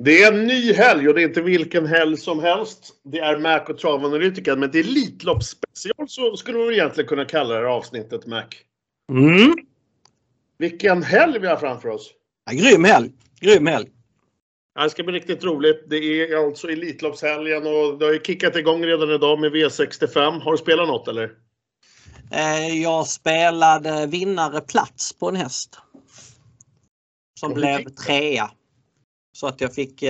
Det är en ny helg och det är inte vilken helg som helst. Det är Mac och Travanalytiken, men det är Elitloppsspecial, så skulle man egentligen kunna kalla det här avsnittet, Mac. Vilken helg vi har framför oss. Ja, grym helg. Det ska bli riktigt roligt. Det är alltså Elitloppshelgen och det har ju kickat igång redan idag med V65. Har du spelat något eller? Jag spelade vinnare plats på en häst. Som blev 3. Så att jag fick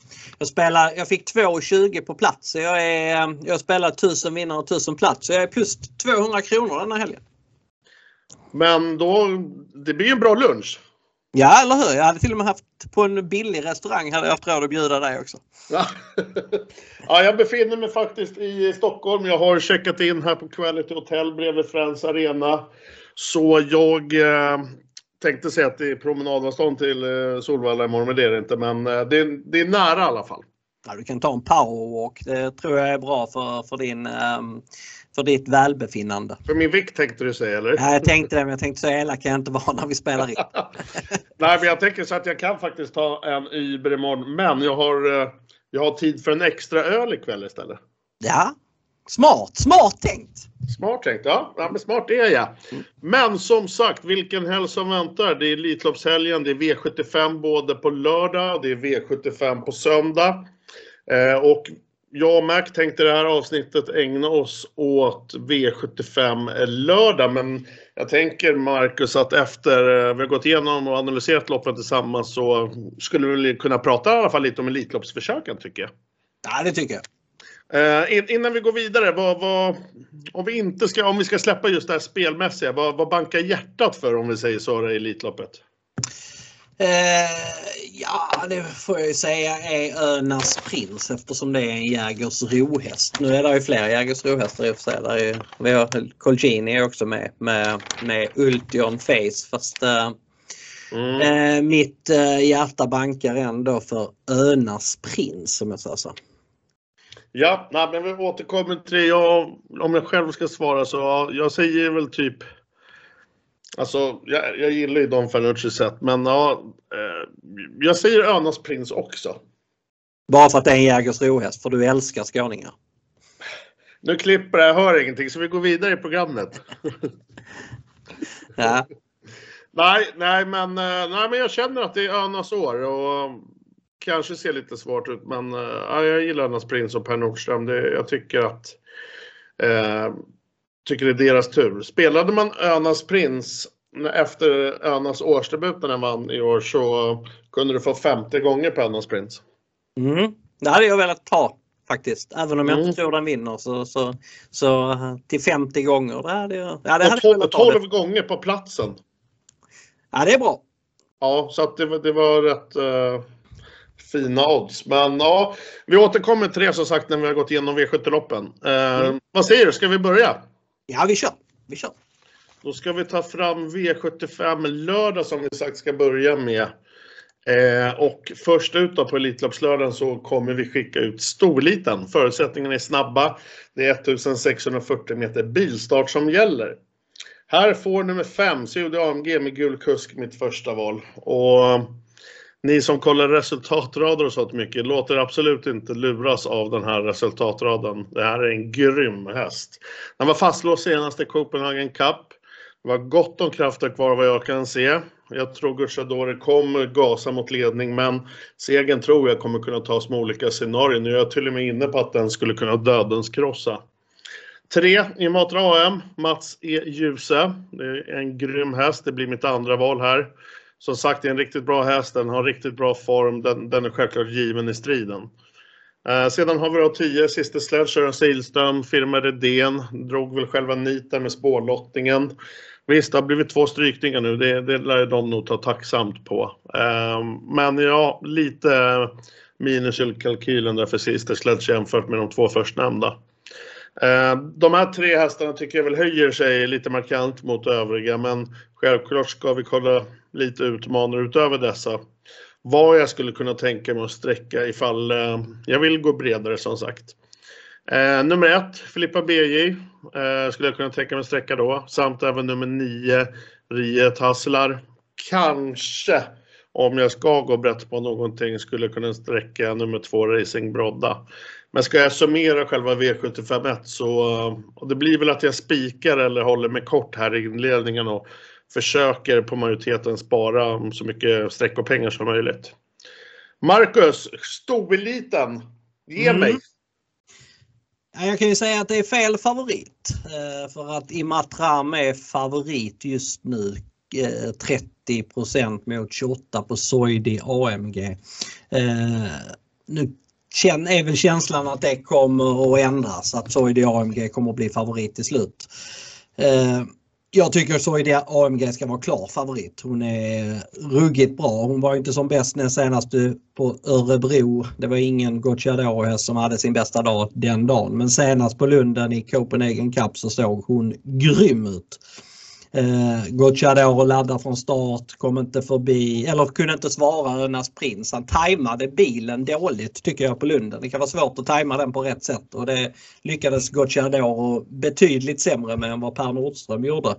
2,20 på plats. Så jag spelar 1000 vinnare och 1000 plats. Så jag är plus 200 kronor den här helgen. Men då, det blir ju en bra lunch. Ja, eller hur? Jag hade till och med haft på en billig restaurang hade jag haft råd att bjuda dig också. Ja. Ja, jag befinner mig faktiskt i Stockholm. Jag har checkat in här på Quality Hotel bredvid Friends Arena. Så jag tänkte säga att det är promenadavstånd till Solvalla imorgon, men det är det inte. Men det är nära i alla fall. Ja, du kan ta en powerwalk. Det tror jag är bra för ditt välbefinnande. För min vikt tänkte du säga, eller? Ja, jag tänkte det, men jag tänkte så elak kan jag inte vara när vi spelar in. Nej, men jag tänker så att jag kan faktiskt ta en Uber imorgon. Men jag har tid för en extra öl ikväll istället. Ja, smart tänkt. Smart tänkt, ja. Men smart är jag. Men som sagt, vilken helg som väntar. Det är Elitloppshelgen, det är V75 både på lördag, det är V75 på söndag. Och jag och Mac tänkte det här avsnittet ägna oss åt V75 lördag. Men jag tänker, Marcus, att efter vi har gått igenom och analyserat loppen tillsammans så skulle vi kunna prata i alla fall lite om Elitloppsförsöken, tycker jag. Ja, det tycker jag. Innan vi går vidare, om vi ska släppa just det här spelmässiga, vad bankar hjärtat för, om vi säger så, i Elitloppet? Ja, det får jag ju säga är Önas Prins, eftersom det är en Jägers rohäst. Nu är det ju fler Jägers rohästar i och för sig. Vi har Colgini också med Ultion Face, fast mitt hjärta bankar ändå för Önas Prins, som jag sa så. Ja, men vi återkommer till det. Om jag själv ska svara så jag säger väl typ, alltså jag gillar ju Don Fanucci sätt, men jag säger Önas Prins också. Bara för att det är en Jägers rohäst, för du älskar skåningar. Nu klipper jag hör ingenting, så vi går vidare i programmet. Ja. Nej, men jag känner att det är Önas år och kanske ser lite svårt ut, men jag gillar Önas Prins och Per Nordström. Jag tycker det är deras tur. Spelade man Önas Prins efter Önas årsdebut när den vann i år, så kunde du få 50 gånger på Önas Prins. Det hade jag velat ta faktiskt. Även om jag inte tror den vinner så till 50 gånger. Det hade jag 12 gånger på platsen. Ja, det är bra. Ja, så att det var rätt fina odds. Men ja, vi återkommer till det som sagt när vi har gått igenom V70-loppen. Vad säger du? Ska vi börja? Ja, vi kör. Då ska vi ta fram V75 lördag som vi sagt ska börja med. Och först ut då på Elitloppslördagen så kommer vi skicka ut storliten. Förutsättningarna är snabba. Det är 1640 meter bilstart som gäller. Här får nummer 5, COD AMG med gul kusk, mitt första val. Och ni som kollar resultatrader och sånt mycket låter absolut inte luras av den här resultatraden. Det här är en grym häst. Den var fastlåst senast i Copenhagen Cup. Det var gott om krafter kvar vad jag kan se. Jag tror Gucciadore kommer gasa mot ledning, men segern tror jag kommer kunna tas med olika scenarier. Nu är jag till och med inne på att den skulle kunna dödens krossa. 3 i Matra AM, Mats E. Djuse. Det är en grym häst, det blir mitt andra val här. Som sagt, det är en riktigt bra häst, den har riktigt bra form, den är självklart given i striden. Sedan har vi då 10, Sista Sledge, Sören Silström, Firma Redén, drog väl själva niten med spårlottningen. Visst, det har blivit 2 strykningar nu, det lär de nog ta tacksamt på. Men ja, lite minus i kalkylen där för Sista Sledge jämfört med de 2 förstnämnda. De här 3 hästarna tycker jag väl höjer sig lite markant mot övriga, men självklart ska vi kolla lite utmanare utöver dessa. Vad jag skulle kunna tänka mig att sträcka ifall jag vill gå bredare, som sagt. Nummer 1, Filippa BJ, skulle jag kunna tänka mig att sträcka då. Samt även nummer 9, Riet Hasslar. Kanske om jag ska gå brett på någonting skulle kunna sträcka nummer 2 Racing Brodda. Men ska jag summera själva V75-1 så och det blir väl att jag spikar eller håller mig kort här i inledningen och försöker på majoriteten spara så mycket streck och pengar som möjligt. Marcus, storeliten, ge mig. Jag kan ju säga att det är fel favorit. För att Imatram är favorit just nu. 30% mot 28 på Soidi AMG. Nu är väl känslan att det kommer att ändras. Att Soidi AMG kommer att bli favorit till slut. Jag tycker att Soidi AMG ska vara klar favorit. Hon är ruggigt bra. Hon var inte som bäst när senast på Örebro. Det var ingen Gocciador som hade sin bästa dag den dagen. Men senast på Lunden i Copenhagen Cup så såg hon grym ut. Gocciador laddar från start, kom inte förbi eller kunde inte svara Önas Prins. Han tajmade bilen dåligt tycker jag på Lunden. Det kan vara svårt att tajma den på rätt sätt och det lyckades Gocciador betydligt sämre med än vad Per Nordström gjorde.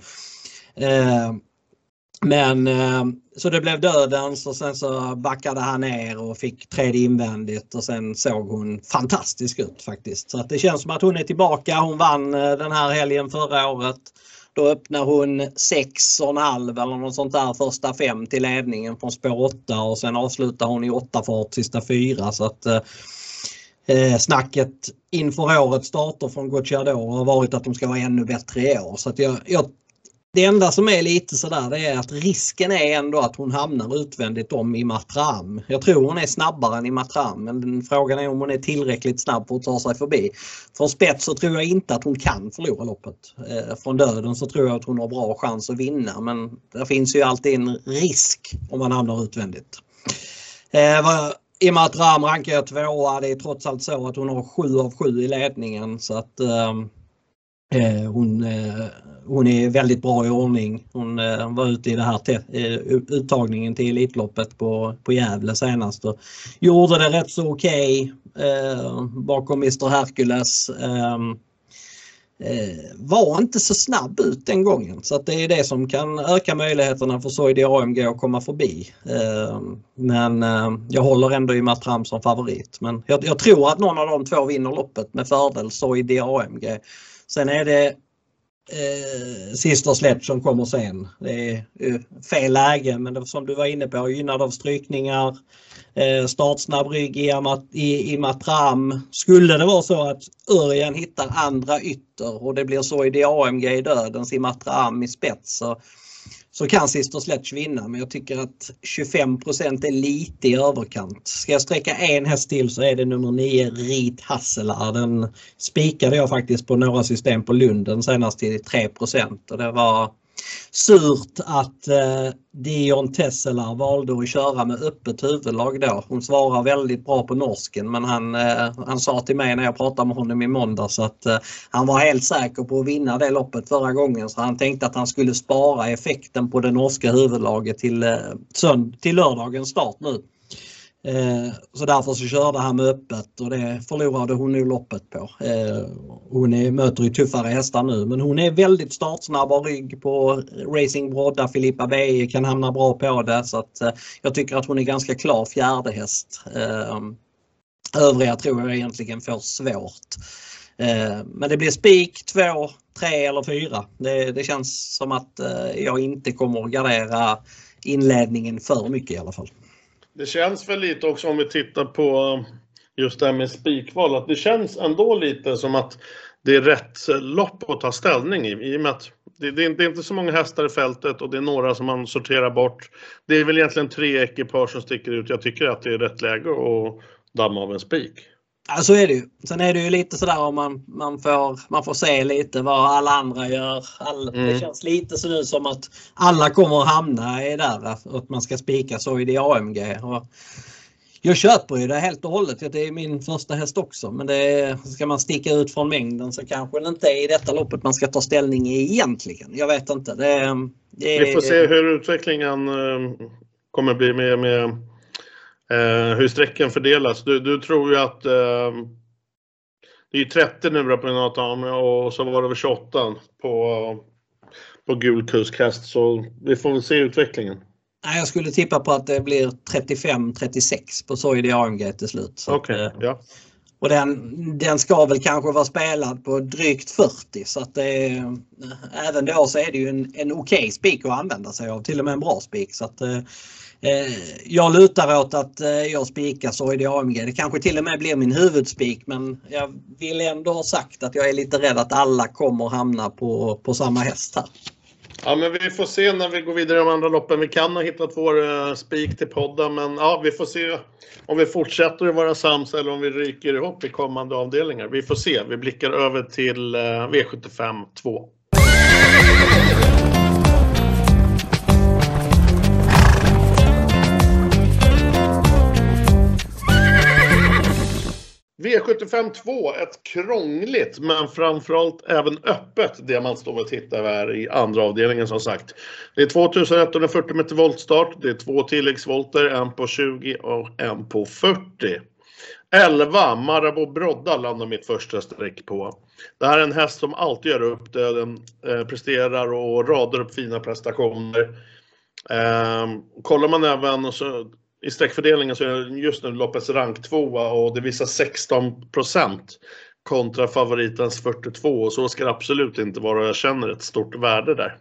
Men så det blev dödens och sen så backade han ner och fick tredje invändigt och sen såg hon fantastisk ut faktiskt. Så att det känns som att hon är tillbaka. Hon vann den här helgen förra året. Då öppnar hon 6,5 eller något sånt där första 5 till ledningen från spår 8 och sen avslutar hon i 8 fart sista 4 så att snacket inför årets starter från Gocciador har varit att de ska vara ännu bättre i år. Så att det enda som är lite sådär det är att risken är ändå att hon hamnar utvändigt om Imatram. Jag tror hon är snabbare än Imatram men frågan är om hon är tillräckligt snabb för att ta sig förbi. Från spets så tror jag inte att hon kan förlora loppet. Från döden så tror jag att hon har bra chans att vinna men det finns ju alltid en risk om man hamnar utvändigt. Imatram rankar jag 2. Det är trots allt så att hon har 7 av 7 i ledningen så att hon är väldigt bra i ordning. Hon var ute i det här uttagningen till Elitloppet på Gävle senast och gjorde det rätt så okej bakom Mr. Hercules. Var inte så snabb ut den gången så att det är det som kan öka möjligheterna för Soidi AMG att komma förbi. Men jag håller ändå i Matram som favorit. Men jag tror att någon av de två vinner loppet med fördel Soidi AMG. Sen är det Sister Sledge som kommer sen. Det är fel läge men det, som du var inne på gynnad av strykningar. Startsnabb rygg i Matram. Skulle det vara så att Örjan hittar andra ytter och det blir så i det AMG i dödens i Matram i spets så kan Sister Sledge vinna. Men jag tycker att 25% är lite i överkant. Ska jag sträcka en häst till så är det nummer 9 Rit Hasselar. Den spikade jag faktiskt på några system på Lunden senast till 3%. Och det var surt att Dion Tesselar valde att köra med öppet huvudlag då. Hon svarar väldigt bra på norsken men han sa till mig när jag pratade med honom i måndags att han var helt säker på att vinna det loppet förra gången så han tänkte att han skulle spara effekten på det norska huvudlaget till lördagens start nu. Så därför så körde han med öppet och det förlorade hon nu loppet på. Hon möter ju tuffare hästar nu men hon är väldigt startsnabb och rygg på Racing Brodda. Filippa B kan hamna bra på det så att jag tycker att hon är ganska klar fjärde häst. Övriga tror jag egentligen får svårt. Men det blir spik 2, 3 eller 4. Det känns som att jag inte kommer att gardera inledningen för mycket i alla fall. Det känns väl lite också om vi tittar på just det här med spikval att det känns ändå lite som att det är rätt lopp att ta ställning i och med att det är inte så många hästar i fältet och det är några som man sorterar bort. Det är väl egentligen 3 ekipage som sticker ut. Jag tycker att det är rätt läge att damma av en spik. Ja, så är det ju. Sen är det ju lite sådär om man får se lite vad alla andra gör. Det känns lite så nu som att alla kommer att hamna i där att man ska spika så i det AMG. Och jag köper ju det helt och hållet. Det är min första häst också. Men ska man sticka ut från mängden så kanske det inte är i detta loppet man ska ta ställning i egentligen. Jag vet inte. Vi får se hur utvecklingen kommer bli med hur sträcken fördelas. Du tror ju att det är 30 nu på Nathan och så var det väl 28 på gul kuskhäst så vi får väl se utvecklingen. Jag skulle tippa på att det blir 35-36 på Soidi AMG till slut. Okej, ja. Och den ska väl kanske vara spelad på drygt 40, så att även då så är det ju en okej spik att använda sig av, till och med en bra spik. Så att jag lutar åt att jag spikar Soidi AMG. Det kanske till och med blir min huvudspik, men jag vill ändå ha sagt att jag är lite rädd att alla kommer hamna på samma häst här. Ja, men vi får se när vi går vidare i de andra loppen. Vi kan ha hittat vår spik till podden, men ja, vi får se om vi fortsätter att vara sams eller om vi ryker ihop i kommande avdelningar. Vi får se. Vi blickar över till V75 2. V75 2, ett krångligt men framförallt även öppet diamantstov att hitta här i andra avdelningen som sagt. Det är 2140 meter voltstart, det är 2 tilläggsvolter, en på 20 och en på 40. 11, Marabou Brodda landar mitt första streck på. Det här är en häst som alltid gör upp det, den presterar och radar upp fina prestationer. Kollar man även så i sträckfördelningen så är just nu loppets rank 2 och det visar 16% kontra favoritens 42, och så ska det absolut inte vara. Jag känner ett stort värde där.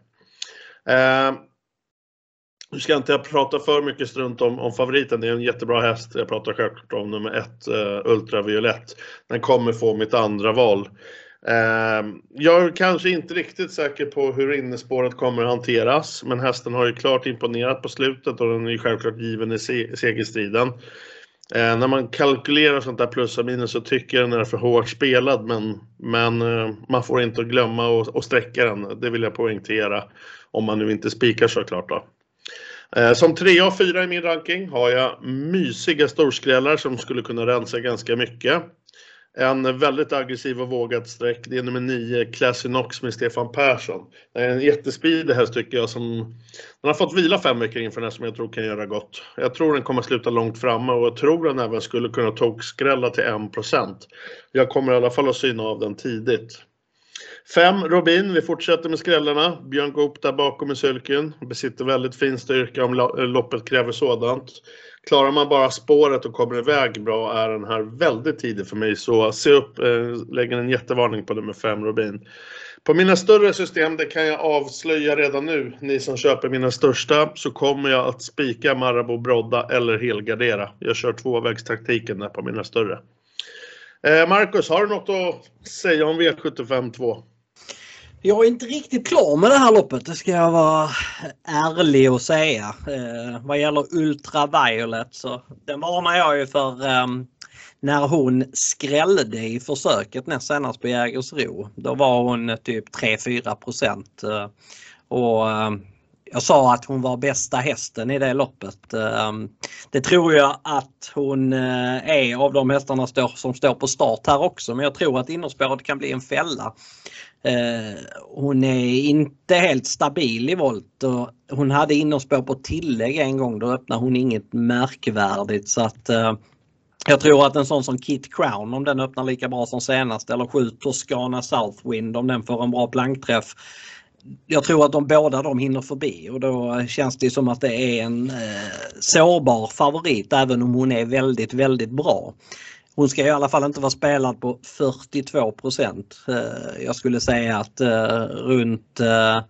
Nu ska inte jag prata för mycket strunt om favoriten. Det är en jättebra häst. Jag pratar självklart om nummer 1, Ultraviolett. Den kommer få mitt andra val. Jag är kanske inte riktigt säker på hur innespåret kommer att hanteras, men hästen har ju klart imponerat på slutet och den är ju självklart given i segerstriden. När man kalkylerar sånt där plus och minus så tycker jag den är för hårt spelad, men man får inte glömma och sträcka den. Det vill jag poängtera om man nu inte spikar såklart då. Som 3 och 4 i min ranking har jag mysiga storskrällar som skulle kunna rensa ganska mycket. En väldigt aggressiv och vågad sträck, det är nummer 9, Classinox med Stefan Persson. Det är en jättespeedig häst tycker jag, som den har fått vila 5 veckor inför den som jag tror kan göra gott. Jag tror den kommer sluta långt framme och jag tror den även skulle kunna tokskrälla till 1%. Jag kommer i alla fall att syna av den tidigt. 5, Robin, vi fortsätter med skrällarna. Björn Goop där bakom i sulken. Besitter väldigt fin styrka om loppet kräver sådant. Klarar man bara spåret och kommer iväg bra är den här väldigt tidig för mig. Så se upp, lägger en jättevarning på nummer 5, Robin. På mina större system, det kan jag avslöja redan nu. Ni som köper mina största, så kommer jag att spika Marabou Brodda eller helgardera. Jag kör 2-vägstaktiken där på mina större. Marcus, har du något att säga om V75 2? Jag är inte riktigt klar med det här loppet, det ska jag vara ärlig och säga. Vad gäller Ultraviolett så den varnar jag ju för när hon skrällde i försöket näst senast på Jägersro. Då var hon typ 3-4%. Och jag sa att hon var bästa hästen i det loppet. Det tror jag att hon är av de hästarna som står på start här också. Men jag tror att innerspåret kan bli en fälla. Hon är inte helt stabil i volt. Och hon hade innerspår på tillägg en gång. Då öppnade hon inget märkvärdigt. Så att jag tror att en sån som Kit Crown, om den öppnar lika bra som senast, eller 7 Toscana Southwind om den får en bra plankträff. Jag tror att de hinner förbi och då känns det som att det är en sårbar favorit även om hon är väldigt, väldigt bra. Hon ska i alla fall inte vara spelad på 42%. Jag skulle säga att runt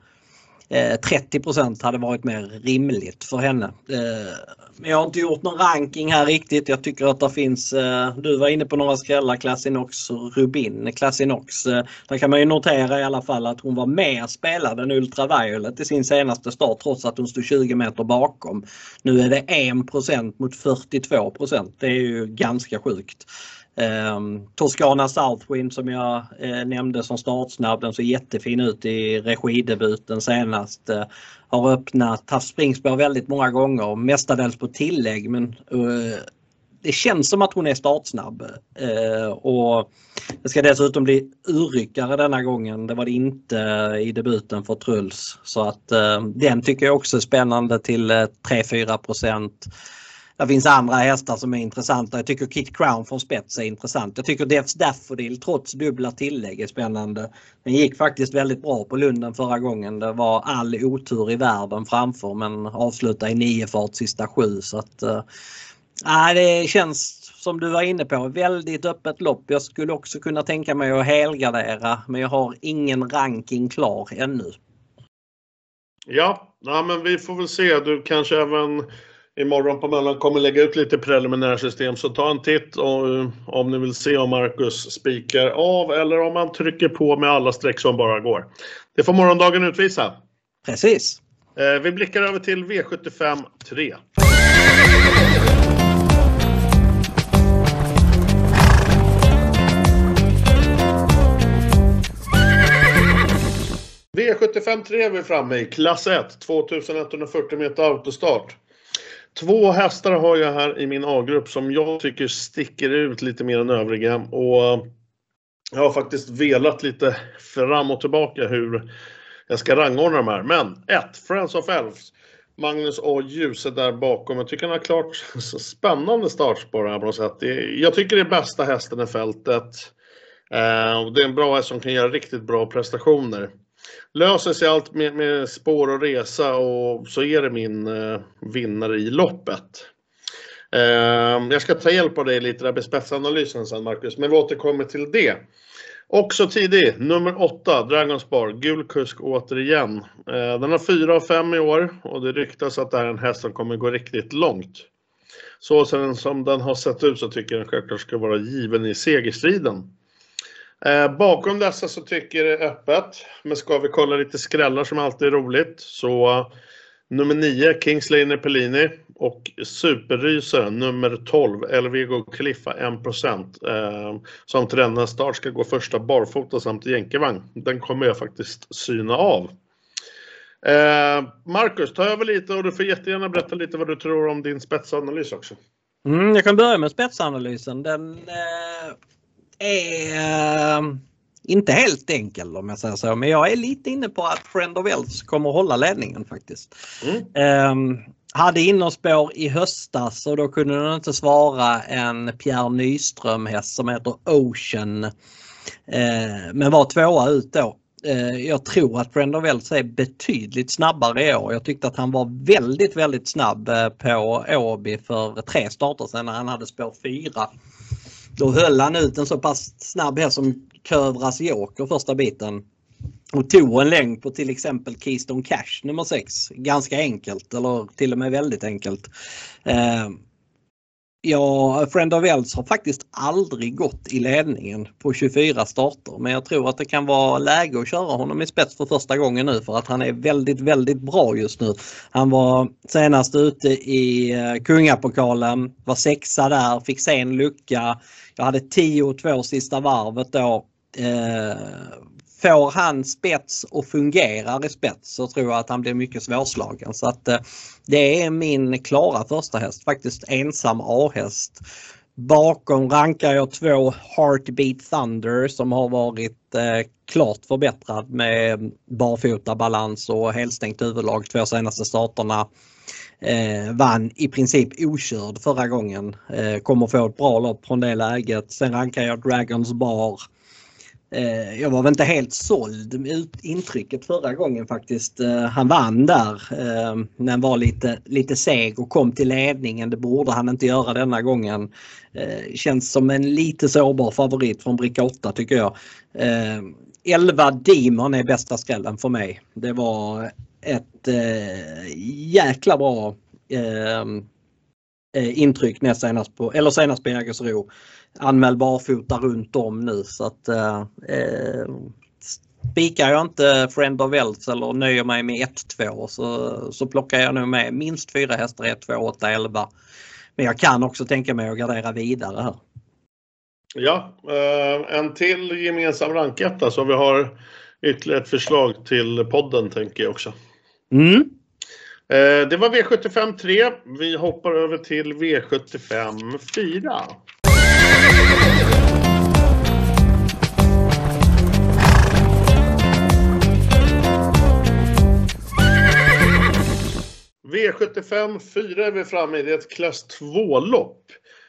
30% hade varit mer rimligt för henne. Men jag har inte gjort någon ranking här riktigt. Jag tycker att det finns, du var inne på några skrällar, Classinox och Rubin. Classinox, där kan man ju notera i alla fall att hon var mer spelad än Ultraviolett i sin senaste start trots att hon stod 20 meter bakom. Nu är det 1% mot 42%. Det är ju ganska sjukt. Toscana Southwind som jag nämnde som startsnabb, den såg jättefin ut i regidebuten senast, har haft springspår väldigt många gånger, mestadels på tillägg, men det känns som att hon är startsnabb och det ska dessutom bli urryckare denna gången. Det var det inte i debuten för Truls, så att den tycker jag också är spännande till 3-4%. Det finns andra hästar som är intressanta. Jag tycker Kit Crown från spets är intressant. Jag tycker Defs Daffodil trots dubbla tillägg är spännande. Den gick faktiskt väldigt bra på Lunden förra gången. Det var all otur i världen framför men avslutade i 9 fart sista 7. Så att, det känns som du var inne på väldigt öppet lopp. Jag skulle också kunna tänka mig att helgardera men jag har ingen ranking klar ännu. Ja, men vi får väl se. Du kanske även imorgon på mellan kommer lägga ut lite preliminärsystem. Så ta en titt om ni vill se om Marcus spikar av eller om man trycker på med alla streck som bara går. Det får morgondagen utvisa. Precis. Vi blickar över till V75 3. V75 3 är vi framme i klass 1, 2140 meter autostart. 2 hästar har jag här i min A-grupp som jag tycker sticker ut lite mer än övriga. Och jag har faktiskt velat lite fram och tillbaka hur jag ska rangordna de här. Men 1, Friends of Elves. Magnus A. Djuse där bakom. Jag tycker han har klart så spännande startspår här på något sätt. Jag tycker det är bästa hästen i fältet. Det är en bra häst som kan göra riktigt bra prestationer. Löser sig allt med spår och resa och så är det min vinnare i loppet. Jag ska ta hjälp av dig lite där med spetsanalysen sen Marcus, men vi återkommer till det. Också tidig, nummer 8, Dragonspar, gul kusk återigen. Den har 4 av 5 i år och det ryktas att det är en häst som kommer gå riktigt långt. Så sen som den har sett ut så tycker jag den självklart ska vara given i segerstriden. Bakom dessa så tycker jag det är öppet. Men ska vi kolla lite skrällar som alltid är roligt. Så nummer 9 Kingslayer Pellini och superrysaren nummer 12 Elvigo Cliffa 1%. Som till denna start ska gå första barfota samt jänkevagn. Den kommer jag faktiskt syna av. Marcus, ta över lite och du får jättegärna berätta lite vad du tror om din spetsanalys också. Jag kan börja med spetsanalysen. Den är inte helt enkel om jag säger så. Men jag är lite inne på att Friend of Elves kommer att hålla ledningen faktiskt. Hade innerspår i höstas och då kunde den inte svara en Pierre Nyström häst som heter Ocean. Men var 2:a ut då. Jag tror att Friend of Elves är betydligt snabbare i år. Jag tyckte att han var väldigt, väldigt snabb på Åby för 3 starter sedan när han hade spår 4. Då höll han ut en så pass snabb häst som Kövras Joker första biten. Och tog en längd på till exempel Keystone Cash nummer 6. Ganska enkelt eller till och med väldigt enkelt. Friend of Elves har faktiskt aldrig gått i ledningen på 24 starter. Men jag tror att det kan vara läge att köra honom i spets för första gången nu. För att han är väldigt, väldigt bra just nu. Han var senast ute i Kungapokalen. Var 6:a där, fick se en lucka. Jag hade 10-2 sista varvet då. Får han spets och fungerar i spets så tror jag att han blir mycket svårslagen. Så att det är min klara första häst. Faktiskt ensam A-häst. Bakom rankar jag 2 Heartbeat Thunder som har varit klart förbättrad med barfota balans och helstängt huvudlag 2 senaste starterna. Vann i princip okörd förra gången. Kommer få ett bra lopp från det läget. Sen rankar jag Dragons Bar. Jag var väl inte helt såld med intrycket förra gången faktiskt. Han vann där när han var lite seg och kom till ledningen. Det borde han inte göra denna gången. Känns som en lite sårbar favorit från bricka 8 tycker jag. 11 Demon är bästa skrällen för mig. Det var ett jäkla bra intryck senast på Jägersro. Anmäl barfota runt om nu så att spikar jag inte Friend of Elves eller nöjer mig med 1-2 så plockar jag nu med minst 4 hästar 1, 2, 8, 11. Men jag kan också tänka mig att gardera vidare här. Ja, en till gemensam ranketta så vi har ytterligare ett förslag till podden tänker jag också. Det var V75 3. Vi hoppar över till V75 4. V75 4 är vi framme i. Det är ett klass 2-lopp.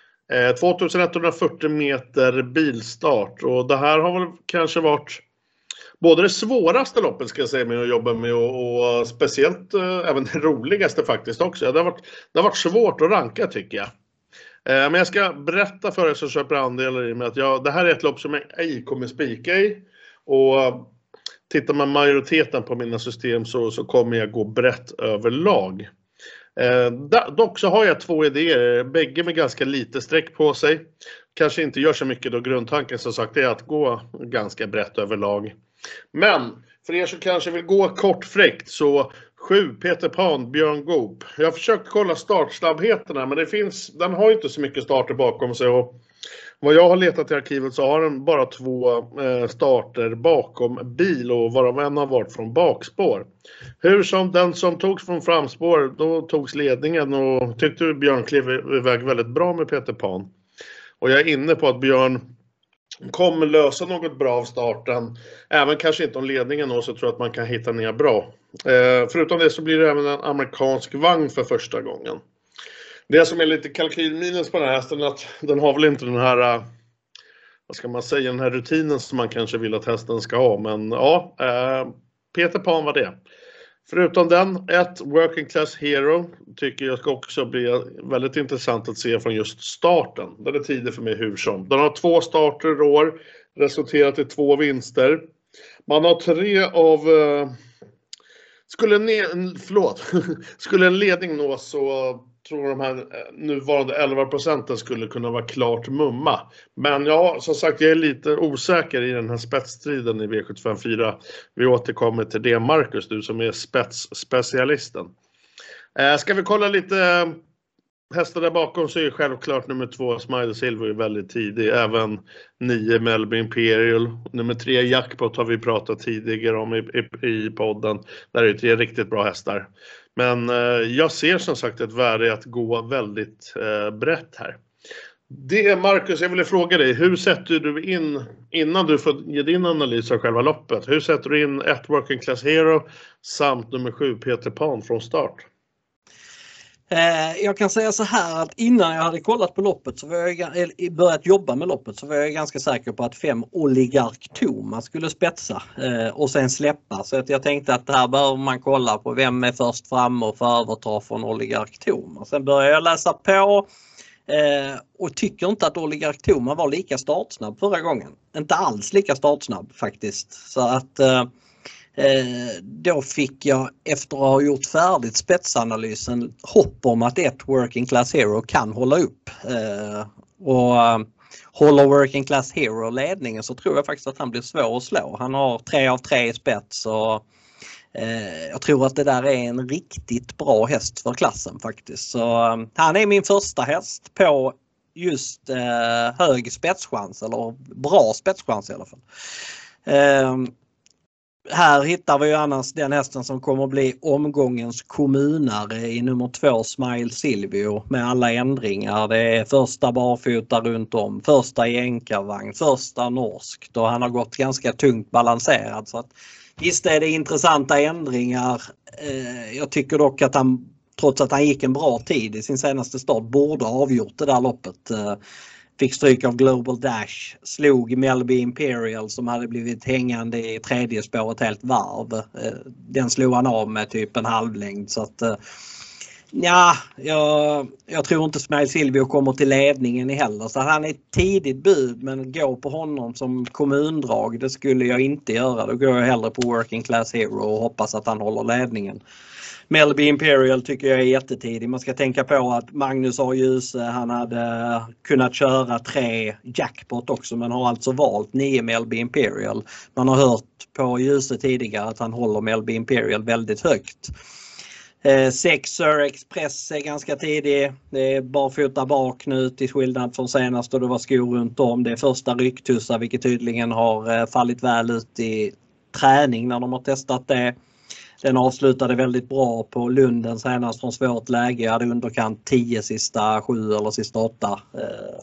2140 meter bilstart. Och det här har väl kanske varit både det svåraste loppet ska jag säga med att jobba med och speciellt även det roligaste faktiskt också. Det har varit svårt att ranka tycker jag. Men jag ska berätta för er som köper andelar i med att det här är ett lopp som jag ej kommer spika i. Och tittar man majoriteten på mina system så kommer jag gå brett överlag. Dock så har jag 2 idéer, bägge med ganska lite streck på sig. Kanske inte gör så mycket då grundtanken som sagt är att gå ganska brett överlag. Men för er som kanske vill gå kortfräckt så 7 Peter Pan, Björn Goop. Jag har försökt kolla startsnabbheterna men den har inte så mycket starter bakom sig och vad jag har letat i arkivet så har den bara 2 starter bakom bil och varav en har varit från bakspår. Hur som den som togs från framspår då togs ledningen och tyckte Björn klev iväg väldigt bra med Peter Pan. Och jag är inne på att Björn kommer lösa något bra av starten. Även kanske inte om ledningen då så tror jag att man kan hitta ner bra. Förutom det så blir det även en amerikansk vagn för första gången. Det som är lite kalkylminus på den här hästen är att den har väl inte den här, vad ska man säga, den här rutinen som man kanske vill att hästen ska ha. Men ja, Peter Pan var det. Förutom den, ett Working Class Hero tycker jag ska också bli väldigt intressant att se från just starten. Den är tidig för mig hur som. Den har 2 starter i år, resulterat i 2 vinster. Man har 3 av... Skulle en ledning nå så tror de här nuvarande 11% skulle kunna vara klart mumma. Men ja, som sagt, jag är lite osäker i den här spetsstriden i V75-4. Vi återkommer till det, Marcus, du som är spetsspecialisten. Ska vi kolla lite hästar där bakom så är självklart nummer 2 Smile Silver är väldigt tidig. Även 9 Melby Imperial. Nummer 3 Jackpot har vi pratat tidigare om i podden. Där är 3 riktigt bra hästar. Men jag ser som sagt ett värde i att gå väldigt brett här. Det Marcus, jag ville fråga dig. Hur sätter du in, innan du får ge din analys av själva loppet. Hur sätter du in ett Working Class Hero samt nummer 7 Peter Pan från start? Jag kan säga så här att innan jag hade kollat på loppet så var jag börjat jobba med loppet så var jag ganska säker på att 5 Oligark Thomas skulle spetsa och sen släppa. Så att jag tänkte att det här behöver man kolla på vem är först fram och får överta från Oligark Thomas. Sen började jag läsa på och tycker inte att Oligark Thomas var lika startsnabb förra gången. Inte alls lika startsnabb faktiskt. Så att... då fick jag efter att ha gjort färdigt spetsanalysen hopp om att ett Working Class Hero kan hålla upp och håller Working Class Hero ledningen så tror jag faktiskt att han blir svår att slå. Han har 3 av 3 i spets och jag tror att det där är en riktigt bra häst för klassen faktiskt. Så han är min första häst på just hög spetschans eller bra spetschans i alla fall. Här hittar vi ju annars den hästen som kommer att bli omgångens kommunare i nummer 2 Smile Silvio med alla ändringar. Det är första barfota runt om, första jänkarvagn, första norskt och han har gått ganska tungt balanserad. Så att, visst är det intressanta ändringar. Jag tycker dock att han, trots att han gick en bra tid i sin senaste start, borde ha avgjort det där loppet. Fick stryk av Global Dash, slog Melby Imperial som hade blivit hängande i tredje spåret helt varv. Den slog han av med typ en halvlängd. Så att, ja, jag tror inte Smile Silvio kommer till ledningen i heller. Så han är ett tidigt bud, men gå på honom som kommundrag, det skulle jag inte göra. Då går jag hellre på Working Class Hero och hoppas att han håller ledningen. Melby Imperial tycker jag är jättetidig. Man ska tänka på att Magnus A. Djuse, han hade kunnat köra 3 Jackpot också men har alltså valt 9 Melby Imperial. Man har hört på Djuse tidigare att han håller Melby Imperial väldigt högt. 6 Sir Express är ganska tidig. Det är barfota bak nu till skillnad från senast och det var skor runt om. Det är första rycktussar vilket tydligen har fallit väl ut i träning när de har testat det. Den avslutade väldigt bra på Lunden senast från svårt läge. Jag hade underkant 10 sista 7 eller sista 8.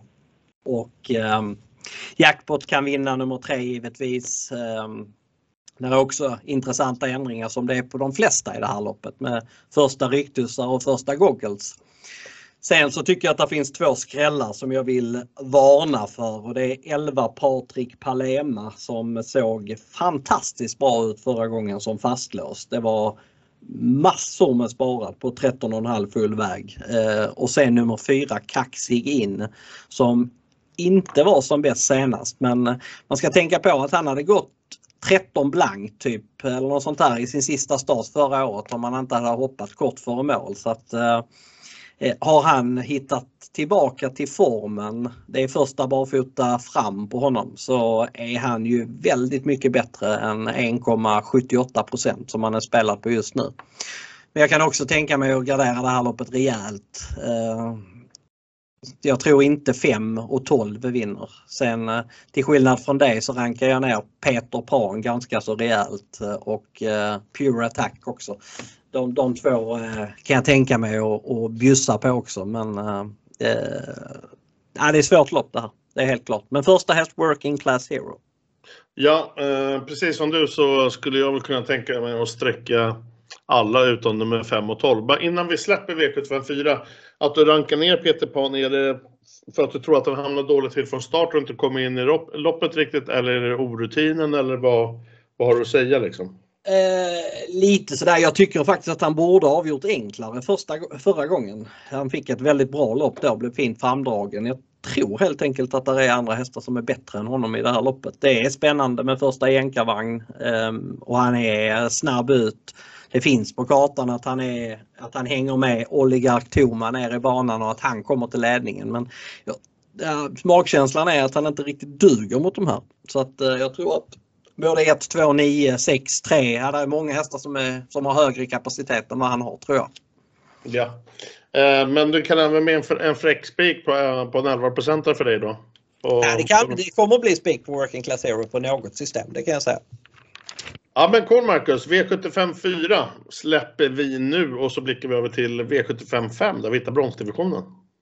Och Jackpot kan vinna nummer 3 givetvis. Det är också intressanta ändringar som det är på de flesta i det här loppet med första ryktusar och första goggles. Sen så tycker jag att det finns 2 skrällar som jag vill varna för och det är 11 Patrik Palema som såg fantastiskt bra ut förra gången som fastlåst. Det var massor med sparat på 13,5 full väg. Och sen nummer 4 Kaxig in som inte var som bäst senast, men man ska tänka på att han hade gått 13 blank typ eller något sånt här i sin sista start förra året om man inte hade hoppat kort före mål. Så att har han hittat tillbaka till formen, det är första barfota fram på honom, så är han ju väldigt mycket bättre än 1,78% som han är spelat på just nu. Men jag kan också tänka mig att gardera det här loppet rejält. Jag tror inte 5 och 12 vinner. Sen till skillnad från det så rankar jag ner Peter Pan ganska så rejält och Pure Attack också. De 2 kan jag tänka mig att bjussa på också, men det är svårt lopp det här. Det är helt klart. Men första häst Working Class Hero. Ja, precis som du så skulle jag väl kunna tänka mig att sträcka alla utom nummer 5 och 12. Bara innan vi släpper V754, att du rankar ner Peter Pan, är det för att du tror att han hamnar dåligt till från start och inte kommer in i loppet riktigt, eller är det orutinen, eller vad har du att säga liksom? Lite sådär, jag tycker faktiskt att han borde ha avgjort enklare förra gången. Han fick ett väldigt bra lopp då och blev fint framdragen. Jag tror helt enkelt att det är andra hästar som är bättre än honom i det här loppet. Det är spännande med första jänkarvagn och han är snabb ut. Det finns på kartan att han hänger med Oligark Thoma ner i banan och att han kommer till ledningen. Men smakkänslan är att han inte riktigt duger mot de här. Så att jag tror att både 1, 2, 9, 6, 3. Det är många hästar som har högre kapacitet än vad han har, tror jag. Ja. Men du kan även med en fräck spik på en 11% för dig då? Det kommer att bli spik på Working Class Hero på något system, det kan jag säga. Ja men cool Marcus, V75 4 släpper vi nu och så blickar vi över till V75 5 där vi hittar bronsdivisionen.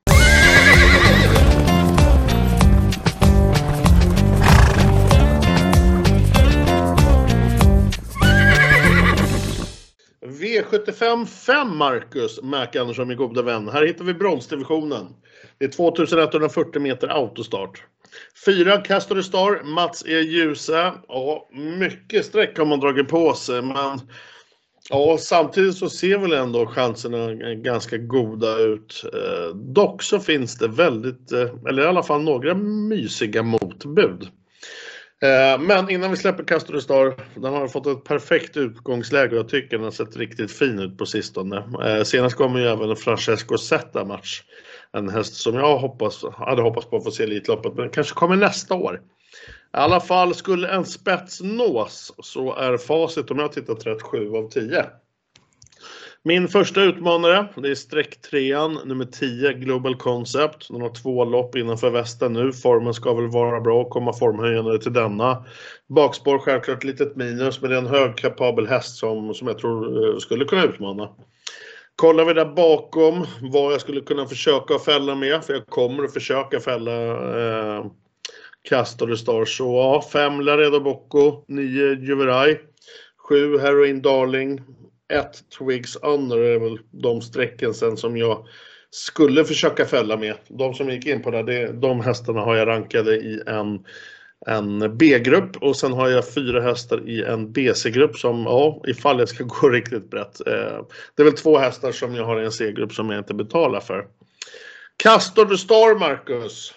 V75 5 Marcus, Mac Andersson min goda vän. Här hittar vi bronsdivisionen. Det är 2140 meter autostart. 4 Castor Star, Mats E. Djuse. Ja, mycket sträck har man dragit på sig, men ja, samtidigt så ser väl ändå chanserna ganska goda ut. Dock så finns det väldigt, eller i alla fall några mysiga motbud. Men innan vi släpper Castor Star, den har fått ett perfekt utgångsläge och jag tycker den har sett riktigt fin ut på sistone. Senast kommer ju även Francesco Zeta match. En häst som jag hade hoppats på att få se Elitloppet, men kanske kommer nästa år. I alla fall, skulle en spets nås så är facit, om jag tittar rätt, 7 av 10. Min första utmanare, det är streck 3an, nummer 10, Global Concept. Den har 2 lopp innanför västen nu. Formen ska väl vara bra och komma formhöjande till denna. Bakspår självklart litet minus, men det är en högkapabel häst som jag tror skulle kunna utmana. Kollar vi där bakom vad jag skulle kunna försöka fälla med, för jag kommer att försöka fälla Castor Star. Så ja, 5 Laredo Bocco, 9 Juverai, 7 Heroin Darling, 1 Twigs Honor är väl de strecken sen som jag skulle försöka fälla med. De som gick in på det, de hästarna har jag rankade i en B-grupp och sen har jag 4 hästar i en BC-grupp som, ja, ifall jag ska gå riktigt brett. Det är väl 2 hästar som jag har i en C-grupp som jag inte betalar för. Castor Star, Marcus.